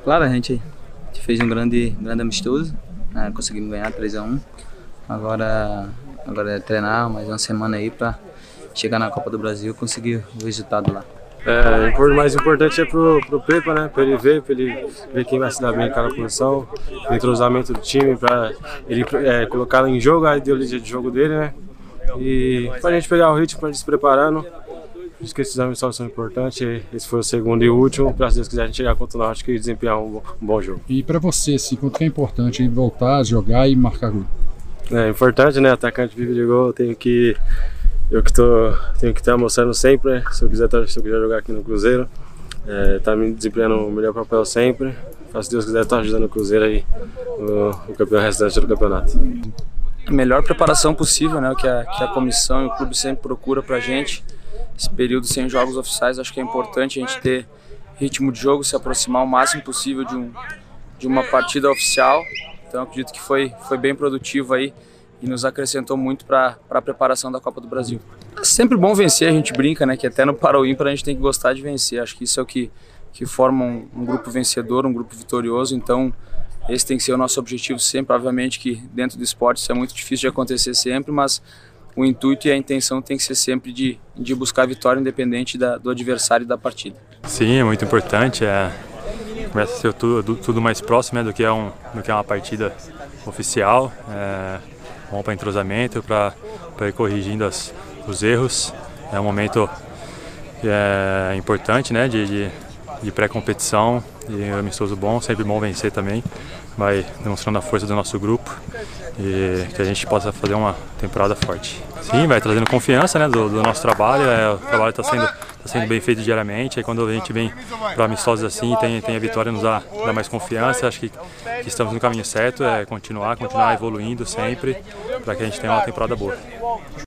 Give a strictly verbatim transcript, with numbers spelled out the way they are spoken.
Claro, a gente fez um grande, grande amistoso, né? Conseguimos ganhar três a um. Agora, agora é treinar mais uma semana aí para chegar na Copa do Brasil e conseguir o resultado lá. É, o mais importante é pro, pro Pepa, né? Para ele ver, para ele ver quem vai se dar bem em cada posição, o entrosamento do time, para ele é, colocar em jogo a ideologia de jogo dele, né? E para a gente pegar o ritmo, para gente se preparando. Acho que esses amistosos são importantes. Esse foi o segundo e último. Para se Deus quiser a gente chegar contra o Náutico e desempenhar um, um bom jogo. E para você, assim, quanto que é importante voltar a jogar e marcar gol? É importante, né? Atacante vive de gol, eu tenho que eu que tô tenho que estar mostrando sempre, né? Se eu quiser se eu quiser jogar aqui no Cruzeiro, é, tá me desempenhando o melhor papel sempre. Se Deus quiser estar ajudando o Cruzeiro aí o, o campeão restante do campeonato. A melhor preparação possível, né? O que a, que a comissão e o clube sempre procura pra gente. Esse período sem jogos oficiais, acho que é importante a gente ter ritmo de jogo, se aproximar o máximo possível de, um, de uma partida oficial. Então acredito que foi, foi bem produtivo aí e nos acrescentou muito para a preparação da Copa do Brasil. É sempre bom vencer, a gente brinca, né, que até no para o ímpar a gente tem que gostar de vencer. Acho que isso é o que, que forma um, um grupo vencedor, um grupo vitorioso. Então esse tem que ser o nosso objetivo sempre. Obviamente que dentro do esporte isso é muito difícil de acontecer sempre, mas o intuito e a intenção tem que ser sempre de, de buscar a vitória independente da, do adversário e da partida. Sim, é muito importante. É... Começa a ser tudo, tudo mais próximo, né, do, que é um, do que é uma partida oficial. É bom para entrosamento, para ir corrigindo as, os erros. É um momento é, importante, né, de, de, de pré-competição e amistoso bom, sempre bom vencer também. Vai demonstrando a força do nosso grupo e que a gente possa fazer uma temporada forte. Sim, vai trazendo confiança, né, do, do nosso trabalho. É, o trabalho está sendo, tá sendo bem feito diariamente. Aí quando a gente vem para amistosos assim, tem, tem a vitória, nos dá, dá mais confiança. Acho que, que estamos no caminho certo, é continuar, continuar evoluindo sempre para que a gente tenha uma temporada boa.